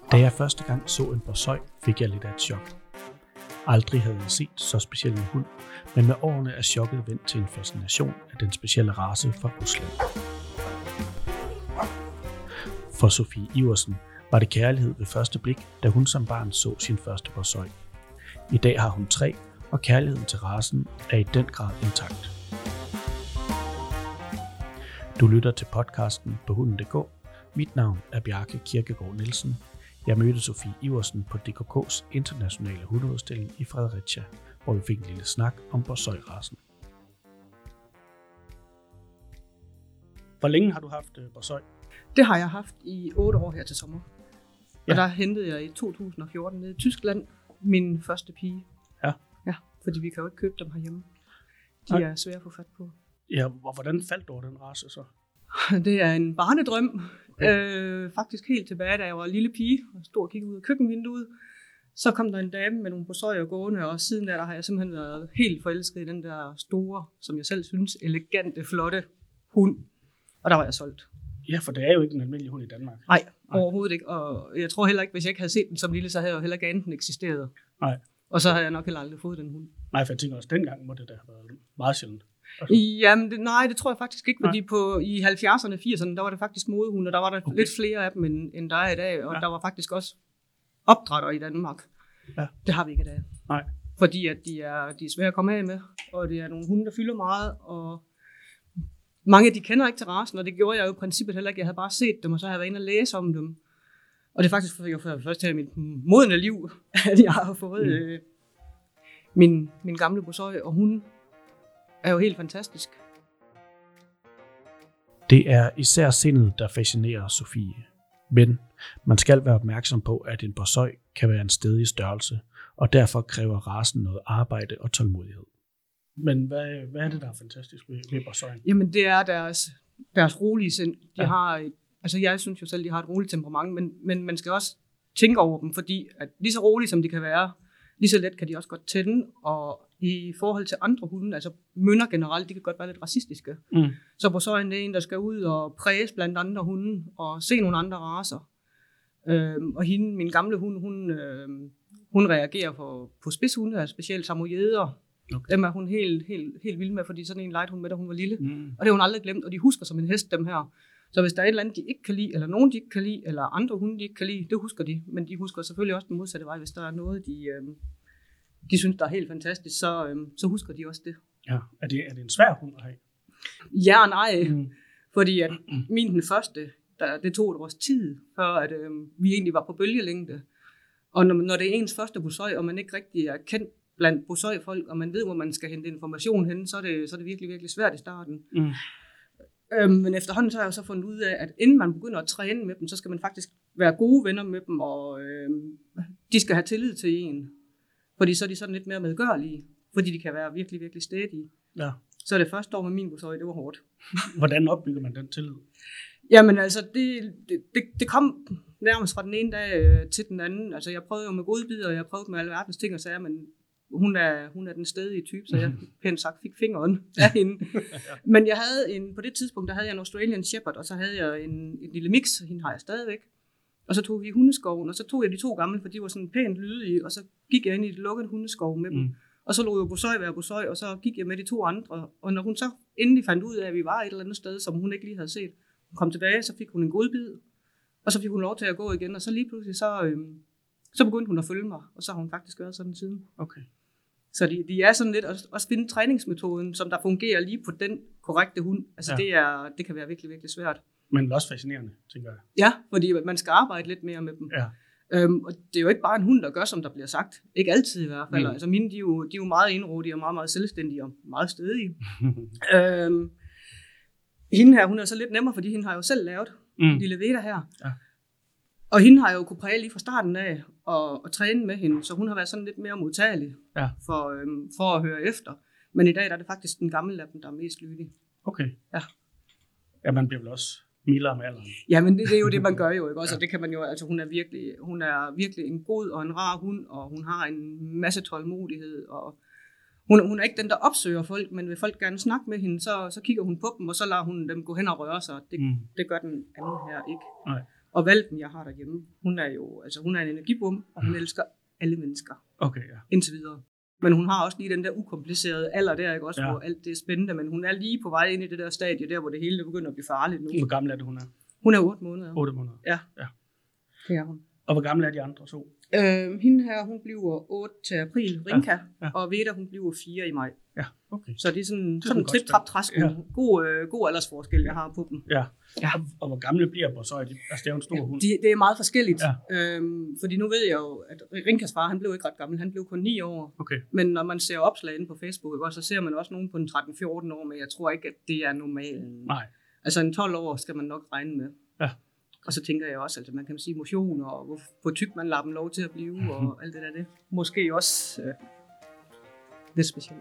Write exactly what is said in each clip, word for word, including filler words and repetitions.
Da jeg første gang så en borzoi, fik jeg lidt af et chok. Aldrig havde jeg set så speciel en hund, men med årene er chokket vendt til en fascination af den specielle race fra Rusland. For Sofie Iversen var det kærlighed ved første blik, da hun som barn så sin første borzoi. I dag har hun tre, og kærligheden til racen er i den grad intakt. Du lytter til podcasten På Hunden punktum d k. Mit navn er Bjarke Kirkegaard Nielsen. Jeg mødte Sofie Iversen på D K K's internationale hundeudstilling i Fredericia, hvor vi fik en lille snak om borzoi-racen. Hvor længe har du haft borzoi? Det har jeg haft i otte år her til sommer. Ja. Og der hentede jeg i to tusind og fjorten nede i Tyskland min første pige. Ja. Ja, fordi vi kan jo ikke købe dem herhjemme. De Nej. er svære at få fat på. Ja, og hvordan faldt du over den race så? Det er en barnedrøm. Øh, faktisk helt tilbage, da jeg var lille pige og stod og kiggede ud af køkkenvinduet. Så kom der en dame med nogle borzoi gående, og siden der, der har jeg simpelthen været helt forelsket i den der store, som jeg selv synes, elegante, flotte hund. Og der var jeg solgt. Ja, for det er jo ikke en almindelig hund i Danmark. Nej, overhovedet ikke. Og jeg tror heller ikke, hvis jeg ikke havde set den som lille, så havde jeg jo heller ikke anet, den eksisterede. Nej. Og så havde jeg nok heller aldrig fået den hund. Nej, for jeg tænker også, dengang må det da have været meget sjældent. Altså. Jamen, det, nej, det tror jeg faktisk ikke, fordi på, i halvfjerdserne og firserne, der var det faktisk modehunde, og der var der okay. lidt flere af dem, end, end der er i dag, og ja. Der var faktisk også opdrætter i Danmark. Ja. Det har vi ikke i dag. Nej. Fordi at de er, de er svære at komme af med, og det er nogle hunde, der fylder meget, og mange de kender ikke til racen, og det gjorde jeg jo i princippet heller ikke. Jeg havde bare set dem, og så havde jeg været inde og læse om dem. Og det er faktisk for, for først til mit modne liv, at jeg har fået mm. øh, min, min gamle borzoi, og hun er jo helt fantastisk. Det er især sindet, der fascinerer Sofie. Men man skal være opmærksom på, at en borzoi kan være en stedig størrelse, og derfor kræver racen noget arbejde og tålmodighed. Men hvad, hvad er det, der er fantastisk ved, ved borzoien? Jamen, det er deres, deres rolige sind. De ja. har, altså jeg synes jo selv, de har et roligt temperament, men, men man skal også tænke over dem, fordi at lige så rolige som de kan være, lige så let kan de også godt tænde, og i forhold til andre hunde, altså mønner generelt, de kan godt være lidt racistiske. Mm. Så borzoien er en, der skal ud og præges blandt andre hunde, og se nogle andre racer. Øhm, og hende, min gamle hund, hun, øhm, hun reagerer på, på spidshunde, altså specielt samoyeder. Okay. Dem er hun helt, helt, helt vild med, fordi sådan en legede hun med, da hun var lille. Mm. Og det har hun aldrig glemt, og de husker som en hest, dem her. Så hvis der er et eller andet, de ikke kan lide, eller nogen, de ikke kan lide, eller andre hunde, de ikke kan lide, det husker de. Men de husker selvfølgelig også den modsatte vej, hvis der er noget, de, øhm, de synes, der er helt fantastisk, så, øhm, så husker de også det. Ja, er det, er det en svær hund at have? Ja og nej, mm. fordi at min den første, der, det tog et års tid, før at, øhm, vi egentlig var på bølgelængde. Og når, når det er ens første borzoi, og man ikke rigtig er kendt blandt borzoi-folk, og man ved, hvor man skal hente information hen, så er det, så er det virkelig, virkelig svært i starten. Mm. Øhm, men efterhånden så har jeg så fundet ud af, at inden man begynder at træne med dem, så skal man faktisk være gode venner med dem, og øhm, de skal have tillid til en. Fordi så er de sådan lidt mere medgørlige, fordi de kan være virkelig, virkelig stædige. Ja. Så det første år med min borzoi, det var hårdt. Hvordan opbygger man den tillid? Jamen altså, det, det, det, det kom nærmest fra den ene dag øh, til den anden. Altså jeg prøvede jo med godbidder, og jeg prøvede med alverdens ting og sager, men hun er, hun er den stedige type, så jeg pænt sagt fik fingeren af hende. Ja. Men jeg havde en, på det tidspunkt, der havde jeg en Australian Shepherd, og så havde jeg en, en lille mix, og hende har jeg stadigvæk. Og så tog vi i hundeskoven, og så tog jeg de to gamle, for de var sådan pænt lydige, og så gik jeg ind i et lukket hundeskov med dem. Mm. Og så lå jeg borzoi være borzoi, og så gik jeg med de to andre. Og når hun så endelig fandt ud af, at vi var et eller andet sted, som hun ikke lige havde set, hun kom tilbage, så fik hun en godbid, og så fik hun lov til at gå igen, og så lige pludselig, så, øhm, så begyndte hun at følge mig, og så har hun faktisk været sådan siden. Okay. Så de, de er sådan lidt at også finde træningsmetoden, som der fungerer lige på den korrekte hund. Altså ja. det, er, det kan være virkelig, virkelig svært. Men også fascinerende, tænker jeg. Ja, fordi man skal arbejde lidt mere med dem. Ja. Øhm, og det er jo ikke bare en hund, der gør, som der bliver sagt. Ikke altid i hvert fald. Mm. Altså mine, de er, jo, de er jo meget indrådige og meget, meget selvstændige og meget stedige. øhm, hende her, hun er så lidt nemmere, fordi hende har jo selv lavet mm. lille Veda her. Ja. Og hende har jeg jo kunne præge lige fra starten af og, og træne med hende, så hun har været sådan lidt mere modtagelig ja. for, øhm, for at høre efter. Men i dag der er det faktisk den gamle lappen, der er mest lydig. Okay. Ja. Ja, man bliver vel også mildere med alderen. Ja, men det, det er jo det, man gør jo, ikke også? Ja. Og det kan man jo, altså hun er virkelig, hun er virkelig en god og en rar hund, og hun har en masse tålmodighed, og hun, hun er ikke den, der opsøger folk, men vil folk gerne snakke med hende, så, så kigger hun på dem, og så lader hun dem gå hen og røre sig. Det, mm. det gør den anden her ikke. Nej. Og valpen, jeg har derhjemme, hun er jo, altså hun er en energibom, og hun elsker alle mennesker. Okay, ja. Indtil videre. Men hun har også lige den der ukomplicerede alder der, ikke også, ja. Hvor alt det er spændende, men hun er lige på vej ind i det der stadie der, hvor det hele begynder at blive farligt nu. Hvor gammel er det, hun er? Hun er otte måneder. otte måneder? Ja. Ja. Det er hun. Og hvor gammel er de andre to? Øh, hende her, hun bliver otte til april, Rinka, ja. Ja. Og Veda, hun bliver fire i maj. Ja, okay. Så det er sådan, sådan en trip-trap-træsk. Ja. God, øh, god aldersforskel, jeg har på dem. Ja. Ja. Og, og hvor gamle bliver Borzoi? Altså, det er jo en stor ja, hund. Det, det er meget forskelligt. Ja. Øhm, fordi nu ved jeg jo, at Rinkas far, han blev ikke ret gammel. Han blev kun ni år. Okay. Men når man ser opslag inde på Facebook, så ser man også nogen på en tretten fjorten år, men jeg tror ikke, at det er normalt. Nej. Altså en tolv år skal man nok regne med. Ja. Og så tænker jeg også, at man kan sige motion, og hvor, hvor tyk man lader dem lov til at blive, og alt det der. Det måske også øh, lidt specielt.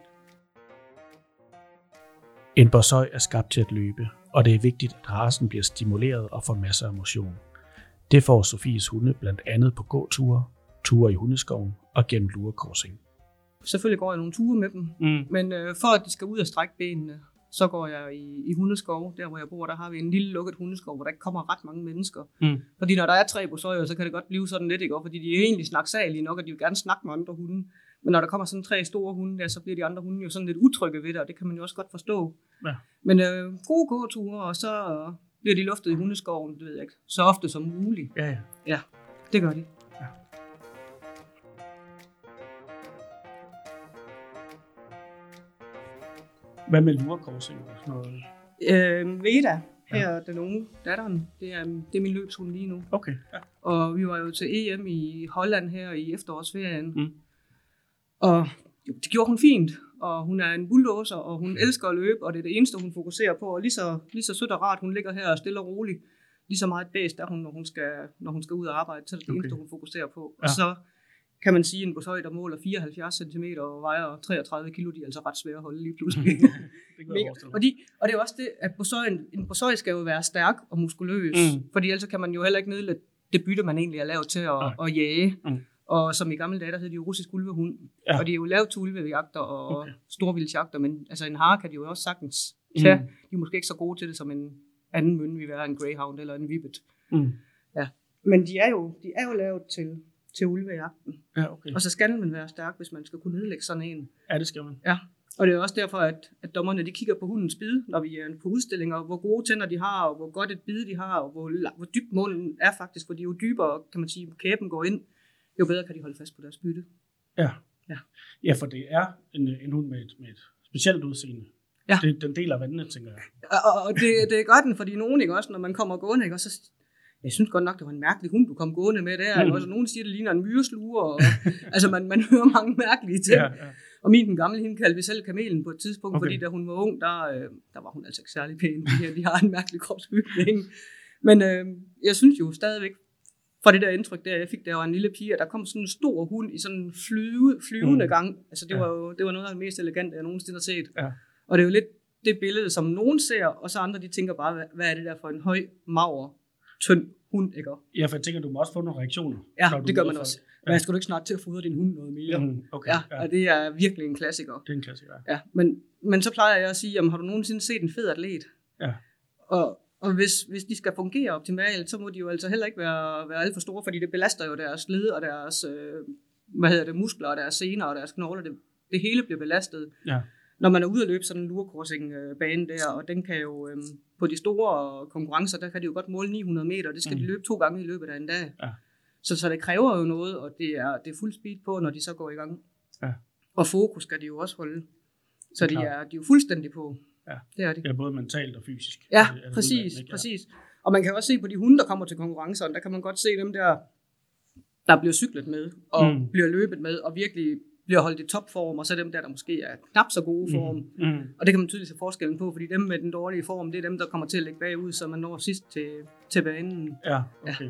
En Borzoi er skabt til at løbe, og det er vigtigt, at racen bliver stimuleret og får masser af motion. Det får Sofies hunde blandt andet på gåture, ture i hundeskoven og gennem lurekorsing. Selvfølgelig går jeg nogle ture med dem, mm. men øh, for at de skal ud og strække benene, så går jeg i, i hundeskov. Der hvor jeg bor, der har vi en lille lukket hundeskov, hvor der ikke kommer ret mange mennesker. Mm. Fordi når der er tre Borzoier, så kan det godt blive sådan lidt, ikke? Fordi de er egentlig snaksalige nok, og de vil gerne snakke med andre hunde. Men når der kommer sådan tre store hunde der, så bliver de andre hunde jo sådan lidt utrygge ved det, og det kan man jo også godt forstå. Ja. Men øh, gode gåture, og så øh, bliver de luftet i hundeskoven, det ved jeg ikke, så ofte som muligt. Ja, ja. Ja, det gør de. Ja. Hvad med lurekorsing og sådan noget? Øh, Veda, her ja. Den unge datteren, det er, det er min løbshund lige nu. Okay. Ja. Og vi var jo til E M i Holland her i efterårsferien. Mm. Og det gjorde hun fint, og hun er en bulldozer, og hun elsker at løbe, og det er det eneste, hun fokuserer på. Og lige så, lige så sødt og rart, hun ligger her og stille og roligt. Lige så meget bæst er hun, når hun skal, når hun skal ud og arbejde, så er det det okay. eneste, hun fokuserer på. Ja. Og så kan man sige, at en Borzoi, der måler fireoghalvfjerds centimeter og vejer treogtredive kilo, de er altså ret svære at holde lige pludselig. fordi, og det er også det, at Borzoien, en Borzoi skal jo være stærk og muskuløs, mm. fordi ellers kan man jo heller ikke nedlægge det bytte, man egentlig er lavet til at, at jage. Mm. Og som i gamle dage, der hed de jo russisk ulvehund. Ja. Og de er jo lavet til ulvejagter og okay. storvildsjagter, men altså en hare kan de jo også sagtens tage. Mm. De er måske ikke så gode til det, som en anden mønne vil være, en greyhound eller en vibbet. Mm. Ja. Men de er jo, de er jo lavet til, til ulvejagten. Ja, okay. Og så skal man være stærk, hvis man skal kunne nedlægge sådan en. Ja, det skal man. Ja. Og det er også derfor, at, at dommerne de kigger på hundens bid, når vi er på udstillinger, hvor gode tænder de har, og hvor godt et bid de har, og hvor, hvor dybt munden er faktisk, fordi jo dybere, kan man sige, kæben går ind, jo bedre kan de holde fast på deres bytte. Ja, ja. ja for det er en, en hund med et, med et specielt udseende. Ja. Det, den deler vandene, tænker jeg. Og, og det, det gør den, fordi nogen, ikke også, når man kommer gående, ikke også, så jeg synes godt nok, det var en mærkelig hund, du kom gående med der. Mm. Også nogen siger, det ligner en myresluger. Og, altså, man, man hører mange mærkelige ting. Ja, ja. Og min, den gamle, hende kaldte vi selv kamelen på et tidspunkt, okay. fordi da hun var ung, der, øh, der var hun altså ikke særlig pæn. De, de har en mærkelig kropsbygning. Men øh, jeg synes jo stadigvæk, fra det der indtryk, der jeg fik, der var en lille pige, og der kom sådan en stor hund i sådan en flyve, flyvende mm. gang. Altså, det, ja. var jo, det var noget af det mest elegante, jeg nogensinde har set. Ja. Og det er jo lidt det billede, som nogen ser, og så andre, de tænker bare, hvad, hvad er det der for en høj, mager, tynd hund, ikke? Ja, for jeg tænker, du må også få nogle reaktioner. Ja, det gør man også. Ja. Men skal du ikke snart til at fodre din hund noget mere? Mm, okay, ja, ja, og det er virkelig en klassiker. Det er en klassiker, ja. ja men, men så plejer jeg at sige, jamen, har du nogensinde set en fed atlet? Ja. Og, og hvis, hvis de skal fungere optimalt, så må de jo altså heller ikke være, være alt for store, fordi det belaster jo deres led og deres, øh, hvad hedder det, muskler og deres sener og deres knogler. Det, det hele bliver belastet. Ja. Når man er ude at løbe sådan en lurekorsing-bane der, og den kan jo, øhm, på de store konkurrencer, der kan de jo godt måle ni hundrede meter, og det skal mm. de løbe to gange i løbet af en dag. Ja. Så, så det kræver jo noget, og det er, det er fuld speed på, når de så går i gang. Ja. Og fokus skal de jo også holde. Så de er, de er jo fuldstændig på. Ja. Det er de. Ja, både mentalt og fysisk. Ja, er det, er det præcis, udvalgt, præcis. Og man kan også se på de hunde, der kommer til konkurrencerne, der kan man godt se dem der, der bliver cyklet med, og mm. bliver løbet med, og virkelig bliver holdt i topform, og så dem der, der måske er knap så gode form. Mm. Mm. Og det kan man tydeligt se forskellen på, fordi dem med den dårlige form, det er dem, der kommer til at lægge bagud, så man når sidst til, til banen. Ja, okay. Ja.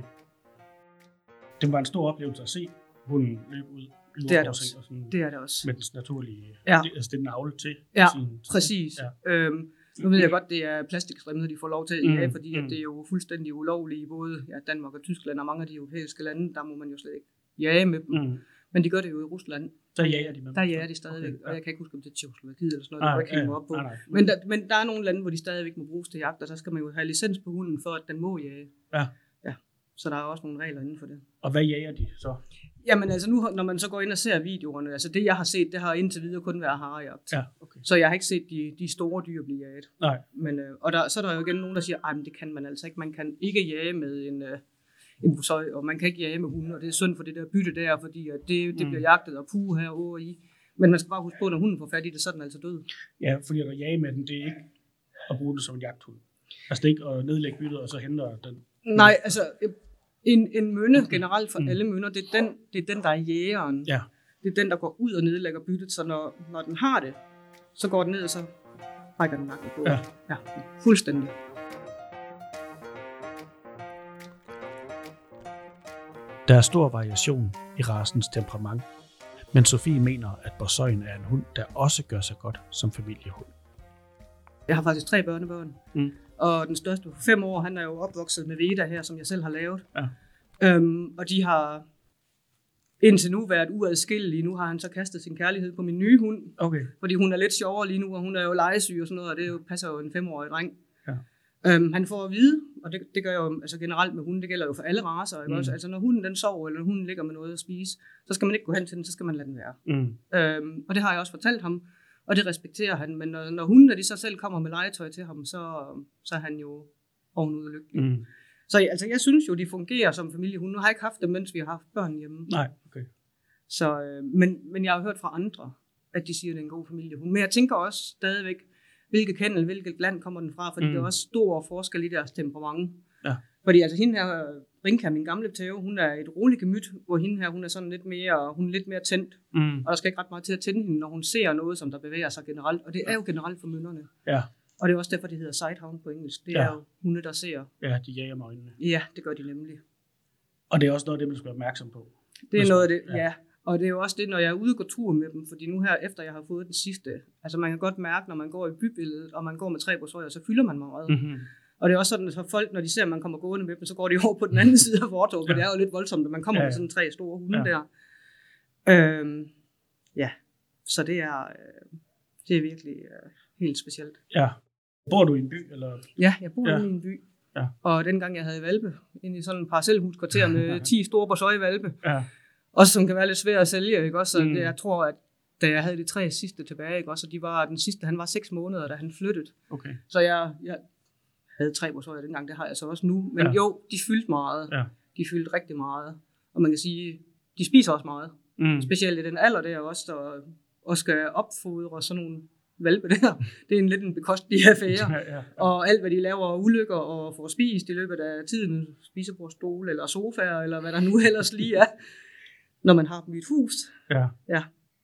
Det var en stor oplevelse at se hunden løbe ud. Det er det også. Sådan, det er det også. Med dens naturlige, ja. det, altså det er den avle til. Ja, sin, præcis. Ja. Øhm, nu ved jeg godt, det er plastikstrimler, de får lov til, mm. ja, fordi mm. at det er jo fuldstændig ulovligt i både ja, Danmark og Tyskland og mange af de europæiske lande, der må man jo slet ikke jage med dem. Mm. Men de gør det jo i Rusland. Der jager de med dem. Der jager de stadigvæk, okay, ja. Og jeg kan ikke huske, om det er Tjekkoslovakiet eller sådan noget, der ikke hænger op på. Nej, nej. Men, der, men der er nogle lande, hvor de stadigvæk må bruges til jagt, og så skal man jo have licens på hunden, for at den må jage. Ja. Ja. Så der er også nogle regler inden for det. Og hvad jager de så? Jamen altså nu, når man så går ind og ser videoerne, altså det jeg har set, det har indtil videre kun været harejagt. Ja, okay. Så jeg har ikke set de, de store dyr blive jaget. Nej. Men, øh, og der, så er der jo igen nogen, der siger, at det kan man altså ikke. Man kan ikke jage med en, øh, en busøj, og man kan ikke jage med hunde, og det er synd for det der bytte der, fordi at det, det mm. bliver jagtet og puge her over i. Men man skal bare huske på, at når hunden får fat i det, så er den altså død. Ja, fordi at jage med den, det er ikke at bruge det som en jagthund. Altså det er ikke at nedlægge byttet, og så henter den. Nej, altså en, en mønne generelt for mm. alle mønner, det er, den, det er den, der er jægeren. Ja. Det er den, der går ud og nedlægger byttet, så når, når den har det, så går den ned, og så rækker den nakken på. Ja. Ja, fuldstændig. Der er stor variation i racens temperament, men Sofie mener, at borsøjen er en hund, der også gør sig godt som familiehund. Jeg har faktisk tre børnebørn, mm. og den største på fem år, han er jo opvokset med Veda her, som jeg selv har lavet. Ja. Øhm, og de har indtil nu været uadskillelige. Nu har han så kastet sin kærlighed på min nye hund, okay. fordi hun er lidt sjovere lige nu, og hun er jo legesyg og sådan noget, og det jo, passer jo en femårig dreng. Ja. Øhm, han får at vide, og det, det gør jo altså generelt med hunden, det gælder jo for alle racer, ikke mm. også? Altså når hunden den sover, eller når hunden ligger med noget at spise, så skal man ikke gå hen til den, så skal man lade den være. Mm. Øhm, og det har jeg også fortalt ham, og det respekterer han, men når, når hunden, de så selv kommer med legetøj til ham, så, så er han jo ovenud lykkelig. Mm. Så altså, jeg synes jo, de fungerer som familiehunde. Nu har jeg ikke haft dem, mens vi har haft børn hjemme. Nej, okay. Så, øh, men, men jeg har hørt fra andre, at de siger, at det er en god familiehund. Men jeg tænker også stadigvæk, hvilket kennel, hvilket land kommer den fra, fordi mm. der er også stor forskel i deres temperament. Ja. Fordi altså hende her, Rinka, min gamle Theo, hun er et roligt gemyt, hvor hende her, hun er sådan lidt mere, hun er lidt mere tændt. Mm. Og der skal ikke ret meget til at tænde hende, når hun ser noget, som der bevæger sig generelt. Og det er jo generelt for mynderne. Ja. Og det er også derfor, de hedder sighthound på engelsk. Det ja. er jo hunde, der ser. Ja, de jager med øjnene. Ja, det gør de nemlig. Og det er også noget af det, man skal være opmærksom på. Det er noget af det, ja. ja. Og det er jo også det, når jeg er ude og gå tur med dem, fordi nu her, efter jeg har fået den sidste, altså man kan godt mærke, når man går i bybilledet, og man går med tre borsøjer, så fylder man meget. Mm-hmm. Og det er også sådan, at folk, når de ser, at man kommer gående med dem, så går de over på den anden side af fortovet, for ja. det er jo lidt voldsomt, når man kommer ja, ja. med sådan tre store hunde ja. der. Øhm, ja, så det er, øh, det er virkelig øh, helt specielt. Ja. Bor du i en by? Eller? Ja, jeg bor ja. i en by. Ja. Og dengang jeg havde valpe, inde i sådan en parcelhuskvarter med ti store borsøjevalpe, ja. også som kan være lidt svært at sælge, ikke også? Så mm. det, jeg tror, at da jeg havde de tre sidste tilbage, ikke også? Og de var, den sidste, han var seks måneder, da han flyttede. Okay. Så jeg, jeg havde tre borsøjer dengang, det har jeg så også nu. Men ja. jo, de fyldte meget. Ja. De fyldte rigtig meget. Og man kan sige, de spiser også meget. Mm. Specielt i den alder der også, der og skal opfodre sådan nogle valpe der. Det er en lidt en bekostelig affære. ja, ja, ja. Og alt, hvad de laver ulykker og får spist i løbet af tiden, spisebordstol eller sofaer, eller hvad der nu ellers lige er, når man har dem i et hus. Ja. ja.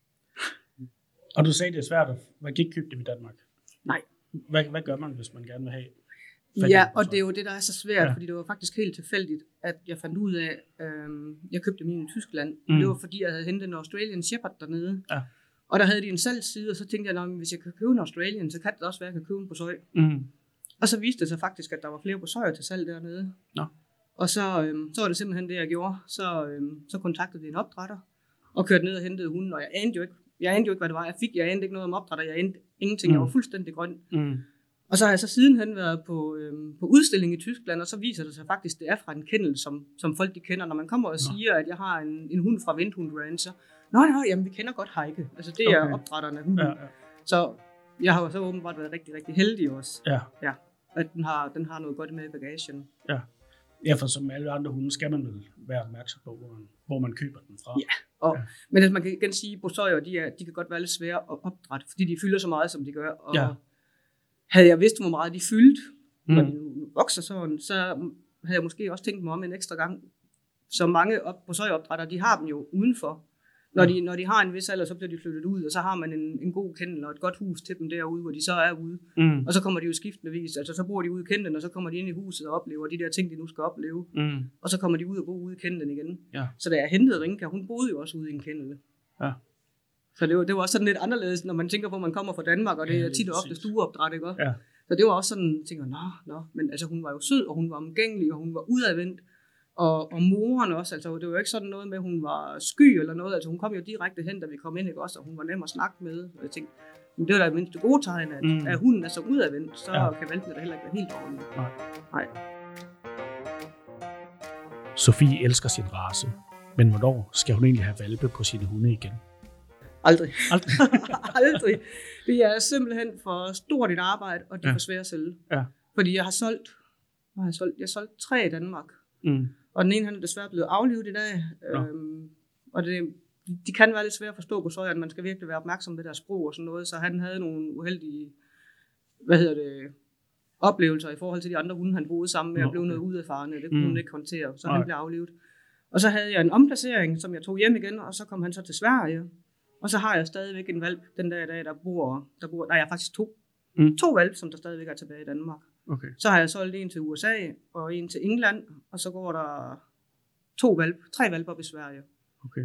Og du sagde, det er svært at man kan ikke købe dem i Danmark. Nej. Hvad, hvad gør man, hvis man gerne vil have? Ja, og det er jo det, der er så svært, ja. fordi det var faktisk helt tilfældigt, at jeg fandt ud af, øhm, jeg købte min i Tyskland. Mm. Det var fordi, jeg havde hentet en Australian Shepherd dernede. Ja. Og der havde de en salgsside, og så tænkte jeg, at hvis jeg kan købe en Australian, så kan det også være, at jeg kan købe en borsøj. Mm. Og så viste det sig faktisk, at der var flere borsøjer til salg dernede. Nå. Og så, øhm, så var det simpelthen det, jeg gjorde. Så, øhm, så kontaktede vi en opdrætter, og kørte ned og hentede hunden, og jeg anede jo ikke, jeg anede jo ikke, hvad det var, jeg fik. Jeg anede ikke noget om opdrætter, jeg anede ingenting, mm. jeg var fuldstændig grøn. Mm. Og så har jeg så sidenhen været på, øhm, på udstilling i Tyskland, og så viser det sig faktisk, det er fra en kennel, som, som folk de kender. Når man kommer og Nå. siger, at jeg har en, en hund fra Windhund Ranch, så Nå, nej, jamen vi kender godt Heike. Altså det okay. er opdrætterne af hunden. Ja, ja. Så jeg har jo så åbenbart været rigtig, rigtig heldig også. Ja. Ja. At den har, den har noget godt med i bagagen. Ja. Ja, for som alle andre hunde skal man vel være opmærksom på, hvor man, hvor man køber den fra. Ja, og, ja. Men altså, man kan igen sige, at borsøjer, de, er, de kan godt være lidt svære at opdrætte, fordi de fylder så meget, som de gør. Og ja. Havde jeg vidst, hvor meget de fyldte, mm. når de vokser sådan, så havde jeg måske også tænkt mig om en ekstra gang. Så mange op, borsøjeopdrætter, de har dem jo udenfor. Når, ja. de, når de har en vis alder, så bliver de flyttet ud, og så har man en, en god kennel og et godt hus til dem derude, hvor de så er ude. Mm. Og så kommer de jo skiftendevis, altså så bor de ude i kennelen, og så kommer de ind i huset og oplever de der ting, de nu skal opleve. Mm. Og så kommer de ud og bo ude i kennelen igen. Ja. Så da jeg hentede Rinka, hun boede jo også ude i en kennel. Ja. Så det var, det var også sådan lidt anderledes, når man tænker på, at man kommer fra Danmark, og det er tit og ofte stueopdræt, ikke? Ja. Så det var også sådan, jeg tænker, nå, nå, men altså hun var jo sød, og hun var omgængelig, og hun var udadvendt. Og, og moren også, altså det var jo ikke sådan noget med, at hun var sky eller noget, altså hun kom jo direkte hen, da vi kom ind, ikke også, og hun var nem at snakke med, og jeg tænkte, men det var da det mindste gode tegn, at, mm. at hunden er så udadvendt, så ja. kan valpene da heller ikke være helt ordentligt. Nej. Nej. Sofie elsker sin race, men hvornår skal hun egentlig have hvalpe på sine hunde igen? Aldrig. Aldrig. Aldrig. Det er simpelthen for stort et arbejde, og det er Ja. for svært at sælge. Ja. Fordi jeg har solgt, jeg har solgt, jeg har solgt tre i Danmark, Mm. og den ene han er desværre blevet aflivet i dag. Nå. Øhm, og det, de kan være lidt svære at forstå på søjeren, man skal virkelig være opmærksom på deres sprog og sådan noget, så han havde nogle uheldige, hvad hedder det, oplevelser i forhold til de andre hunde, han boede sammen med, Nå, og blev okay. noget uderfarende, det kunne Mm. hun ikke håndtere, så Nej. han blev aflivet. Og så havde jeg en omplacering, som jeg tog hjem igen, og så kom han så til Sverige. Og så har jeg stadigvæk en valp den dag i dag, der bor, der bor, nej, jeg har faktisk to. Mm. To valp, som der stadigvæk er tilbage i Danmark. Okay. Så har jeg solgt en til U S A, og en til England, og så går der to valp, tre valper op i Sverige. Okay.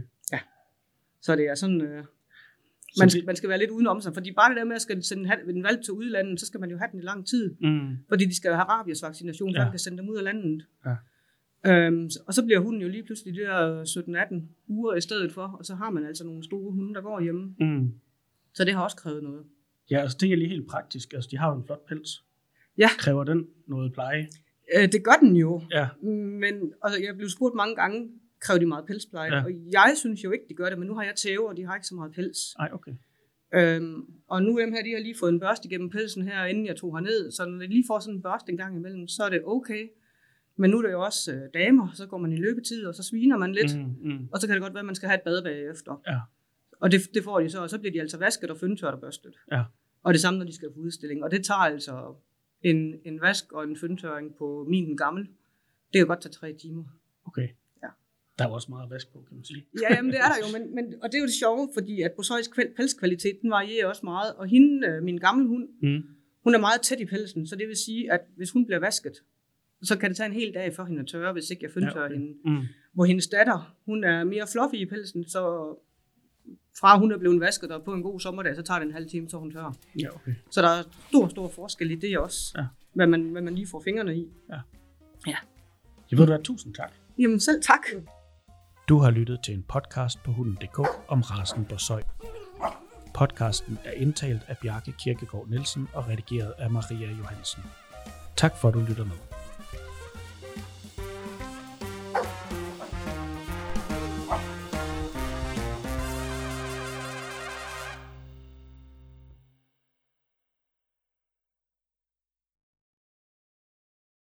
Så det er sådan, øh, Så man, det- skal, man skal være lidt udenom sig, fordi bare det der med at skal sende en ha- en valp til udlandet, så skal man jo have den i lang tid. Mm. Fordi de skal jo have rabiesvaccination, så Ja. man kan sende dem ud af landet. Ja. Øhm, og så bliver hunden jo lige pludselig de der sytten atten uger i stedet for, og så har man altså nogle store hunde, der går hjemme. Mm. Så det har også krævet noget. Ja, altså det er lige helt praktisk. Altså, de har jo en flot pels. Ja. Kræver den noget pleje? Øh, det gør den jo, Ja. men altså, jeg er blevet spurgt mange gange, kræver de meget pelspleje? Ja. Og jeg synes jo ikke, de gør det, men nu har jeg tæver, og de har ikke så meget pels. Ej, okay. Øhm, og nu dem her, de har lige fået en børste igennem pelsen her, inden jeg tog herned, så når de lige får sådan en børste en gang imellem, så er det okay. Men nu er det jo også øh, damer, så går man i løbetid, og så sviner man lidt, Mm. Mm. og så kan det godt være, at man skal have et bad bagefter. Ja. Og det, det får de så, og så bliver de altså vasket og fyndtørt og børstet. Ja. Og det samme, når de skal på udstilling. Og det tager altså en, en vask og en fyndtøring på min den gammel. Det kan godt tage tre timer. Okay. Ja. Der er jo også meget vask på, kan man sige. Ja, jamen det er der jo, men, men, og det er jo det sjove, fordi at Bozois pelskvalitet, den varierer også meget. Og hende, øh, min gamle hund, Mm. hun er meget tæt i pelsen, så det vil sige, at hvis hun bliver vasket, så kan det tage en hel dag for hende at tørre, hvis ikke jeg fyndtørrer Ja, okay. hende. Mm. Hvor hendes datter, hun er mere fluffy i pelsen, så fra hun er blevet vasket, og på en god sommerdag, så tager det en halv time, så hun tørrer. Ja, okay. Så der er stor, stor forskel i det også, Ja. hvad, man, hvad man lige får fingrene i. Jeg ved du hvad, tusind tak. Jamen selv tak. Du har lyttet til en podcast på hunden punktum d k om racen Borzoi. Podcasten er indtalt af Bjarke Kirkegaard Nielsen og redigeret af Maria Johansen. Tak for at du lytter med.